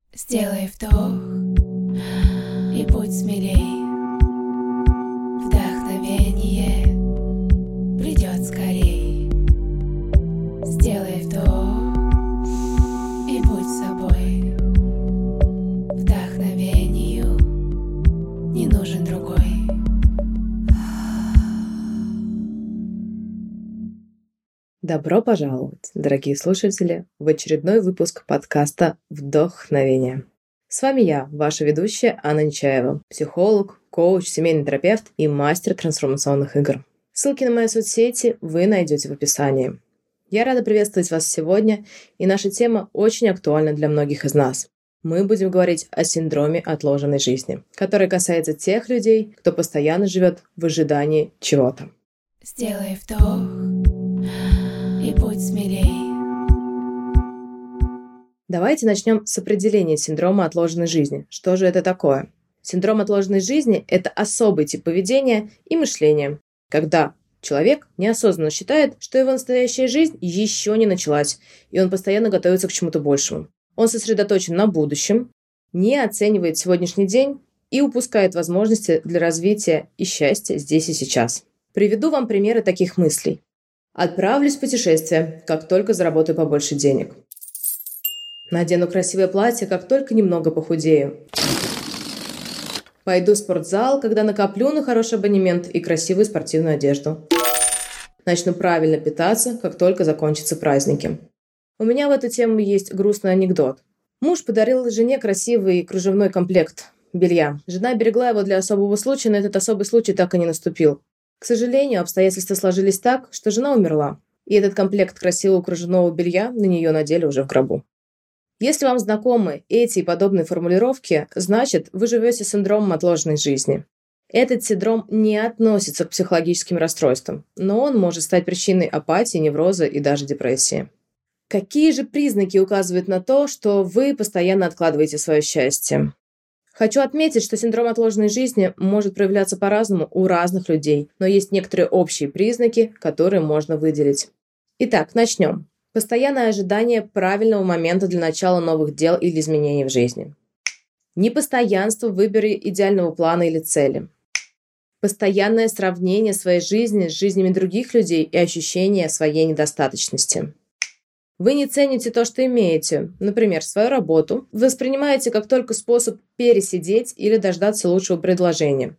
Сделай вдох и будь смелей. Вдохновение придет скорей. Сделай вдох и будь собой. Вдохновению не нужен другой. Добро пожаловать, дорогие слушатели, в очередной выпуск подкаста «Вдохновение». С вами я, ваша ведущая Анна Нечаева, психолог, коуч, семейный терапевт и мастер трансформационных игр. Ссылки на мои соцсети вы найдете в описании. Я рада приветствовать вас сегодня, и наша тема очень актуальна для многих из нас. Мы будем говорить о синдроме отложенной жизни, который касается тех людей, кто постоянно живет в ожидании чего-то. Сделай вдох и будь смелей. Давайте начнем с определения синдрома отложенной жизни. Что же это такое? Синдром отложенной жизни – это особый тип поведения и мышления, когда человек неосознанно считает, что его настоящая жизнь еще не началась, и он постоянно готовится к чему-то большему. Он сосредоточен на будущем, не оценивает сегодняшний день и упускает возможности для развития и счастья здесь и сейчас. Приведу вам примеры таких мыслей. Отправлюсь в путешествие, как только заработаю побольше денег. Надену красивое платье, как только немного похудею. Пойду в спортзал, когда накоплю на хороший абонемент и красивую спортивную одежду. Начну правильно питаться, как только закончатся праздники. У меня в эту тему есть грустный анекдот. Муж подарил жене красивый кружевной комплект белья. Жена берегла его для особого случая, но этот особый случай так и не наступил. К сожалению, обстоятельства сложились так, что жена умерла, и этот комплект красивого кружевного белья на нее надели уже в гробу. Если вам знакомы эти и подобные формулировки, значит, вы живете с синдромом отложенной жизни. Этот синдром не относится к психологическим расстройствам, но он может стать причиной апатии, невроза и даже депрессии. Какие же признаки указывают на то, что вы постоянно откладываете свое счастье? Хочу отметить, что синдром отложенной жизни может проявляться по-разному у разных людей, но есть некоторые общие признаки, которые можно выделить. Итак, начнем. Постоянное ожидание правильного момента для начала новых дел или изменений в жизни. Непостоянство в выборе идеального плана или цели. Постоянное сравнение своей жизни с жизнями других людей и ощущение своей недостаточности. Вы не цените то, что имеете, например, свою работу, воспринимаете как только способ пересидеть или дождаться лучшего предложения.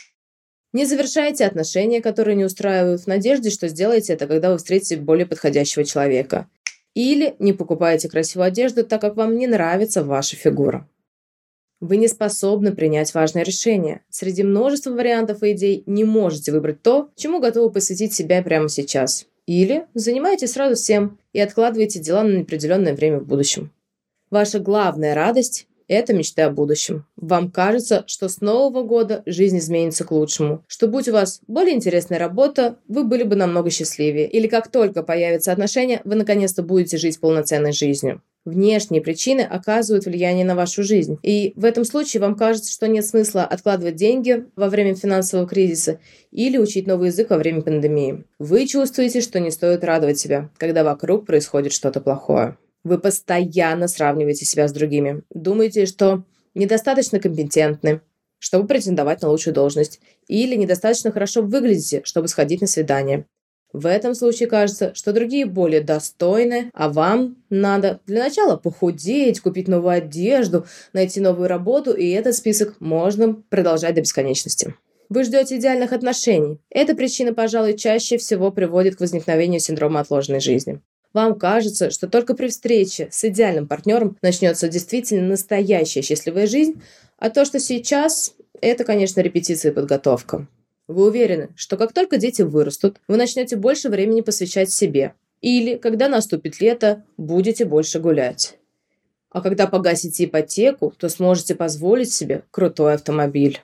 Не завершаете отношения, которые не устраивают, в надежде, что сделаете это, когда вы встретите более подходящего человека. Или не покупаете красивую одежду, так как вам не нравится ваша фигура. Вы не способны принять важное решение. Среди множества вариантов и идей не можете выбрать то, чему готовы посвятить себя прямо сейчас. Или занимаетесь сразу всем и откладываете дела на неопределенное время в будущем. Ваша главная радость – это мечты о будущем. Вам кажется, что с Нового года жизнь изменится к лучшему, что будь у вас более интересная работа, вы были бы намного счастливее. Или как только появятся отношения, вы наконец-то будете жить полноценной жизнью. Внешние причины оказывают влияние на вашу жизнь. И в этом случае вам кажется, что нет смысла откладывать деньги во время финансового кризиса или учить новый язык во время пандемии. Вы чувствуете, что не стоит радовать себя, когда вокруг происходит что-то плохое. Вы постоянно сравниваете себя с другими. Думаете, что недостаточно компетентны, чтобы претендовать на лучшую должность, или недостаточно хорошо выглядите, чтобы сходить на свидание. В этом случае кажется, что другие более достойны, а вам надо для начала похудеть, купить новую одежду, найти новую работу, и этот список можно продолжать до бесконечности. Вы ждете идеальных отношений. Эта причина, пожалуй, чаще всего приводит к возникновению синдрома отложенной жизни. Вам кажется, что только при встрече с идеальным партнером начнется действительно настоящая счастливая жизнь, а то, что сейчас, это, конечно, репетиция и подготовка. Вы уверены, что как только дети вырастут, вы начнете больше времени посвящать себе. Или, когда наступит лето, будете больше гулять. А когда погасите ипотеку, то сможете позволить себе крутой автомобиль.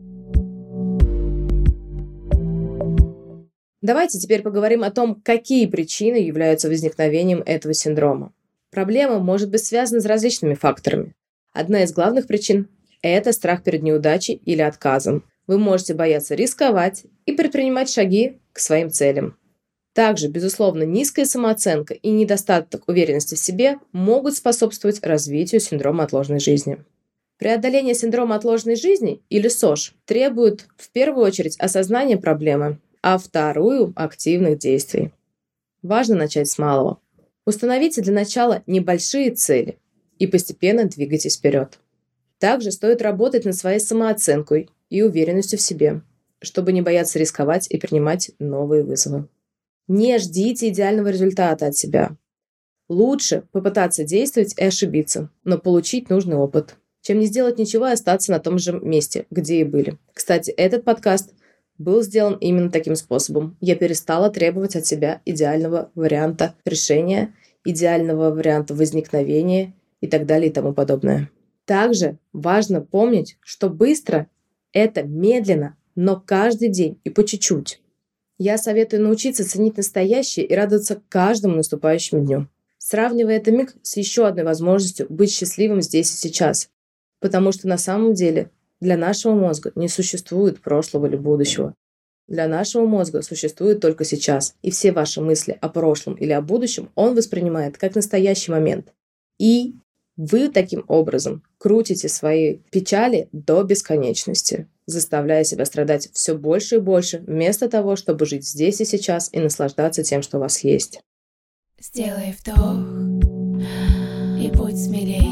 Давайте теперь поговорим о том, какие причины являются возникновением этого синдрома. Проблема может быть связана с различными факторами. Одна из главных причин – это страх перед неудачей или отказом. Вы можете бояться рисковать и предпринимать шаги к своим целям. Также, безусловно, низкая самооценка и недостаток уверенности в себе могут способствовать развитию синдрома отложенной жизни. Преодоление синдрома отложенной жизни, или СОЖ, требует в первую очередь осознания проблемы, а вторую – активных действий. Важно начать с малого. Установите для начала небольшие цели и постепенно двигайтесь вперед. Также стоит работать над своей самооценкой и уверенностью в себе, чтобы не бояться рисковать и принимать новые вызовы. Не ждите идеального результата от себя. Лучше попытаться действовать и ошибиться, но получить нужный опыт, чем не сделать ничего и остаться на том же месте, где и были. Кстати, этот подкаст был сделан именно таким способом. Я перестала требовать от себя идеального варианта решения, идеального варианта возникновения и так далее и тому подобное. Также важно помнить, что быстро – это медленно, но каждый день и по чуть-чуть. Я советую научиться ценить настоящее и радоваться каждому наступающему дню, сравнивая этот миг с еще одной возможностью быть счастливым здесь и сейчас. Потому что на самом деле для нашего мозга не существует прошлого или будущего. Для нашего мозга существует только сейчас, и все ваши мысли о прошлом или о будущем он воспринимает как настоящий момент. И вы таким образом крутите свои печали до бесконечности, заставляя себя страдать все больше и больше, вместо того, чтобы жить здесь и сейчас и наслаждаться тем, что у вас есть. Сделай вдох и будь смелей.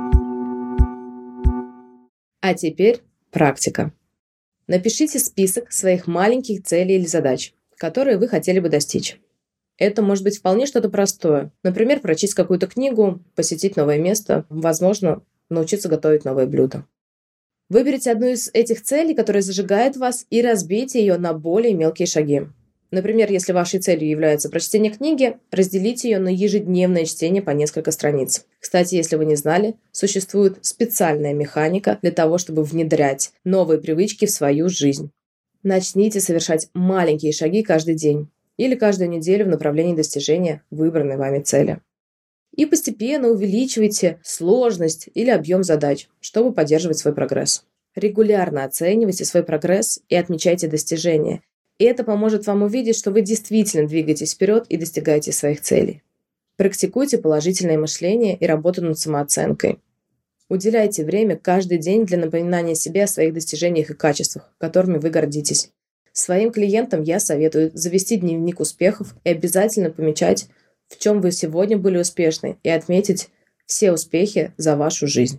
А теперь практика. Напишите список своих маленьких целей или задач, которые вы хотели бы достичь. Это может быть вполне что-то простое. Например, прочесть какую-то книгу, посетить новое место, возможно, научиться готовить новое блюдо. Выберите одну из этих целей, которая зажигает вас, и разбейте ее на более мелкие шаги. Например, если вашей целью является прочтение книги, разделите ее на ежедневное чтение по несколько страниц. Кстати, если вы не знали, существует специальная механика для того, чтобы внедрять новые привычки в свою жизнь. Начните совершать маленькие шаги каждый день или каждую неделю в направлении достижения выбранной вами цели. И постепенно увеличивайте сложность или объем задач, чтобы поддерживать свой прогресс. Регулярно оценивайте свой прогресс и отмечайте достижения. И это поможет вам увидеть, что вы действительно двигаетесь вперед и достигаете своих целей. Практикуйте положительное мышление и работу над самооценкой. Уделяйте время каждый день для напоминания себе о своих достижениях и качествах, которыми вы гордитесь. Своим клиентам я советую завести дневник успехов и обязательно помечать, в чем вы сегодня были успешны, и отметить все успехи за вашу жизнь.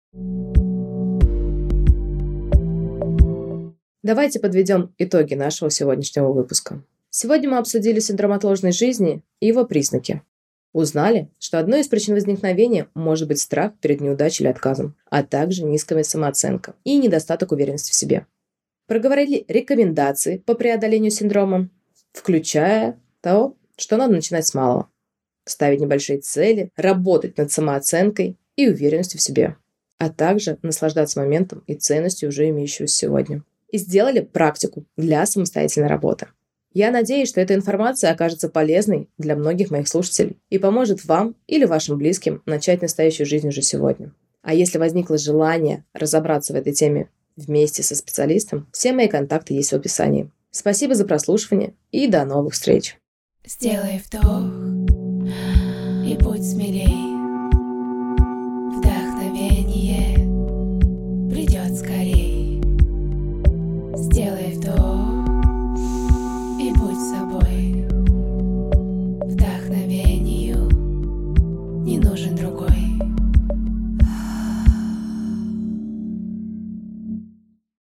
Давайте подведем итоги нашего сегодняшнего выпуска. Сегодня мы обсудили синдром отложенной жизни и его признаки. Узнали, что одной из причин возникновения может быть страх перед неудачей или отказом, а также низкая самооценка и недостаток уверенности в себе. Проговорили рекомендации по преодолению синдрома, включая то, что надо начинать с малого. Ставить небольшие цели, работать над самооценкой и уверенностью в себе, а также наслаждаться моментом и ценностью уже имеющегося сегодня. И сделали практику для самостоятельной работы. Я надеюсь, что эта информация окажется полезной для многих моих слушателей и поможет вам или вашим близким начать настоящую жизнь уже сегодня. А если возникло желание разобраться в этой теме вместе со специалистом, все мои контакты есть в описании. Спасибо за прослушивание и до новых встреч! Сделай вдох и будь смелей.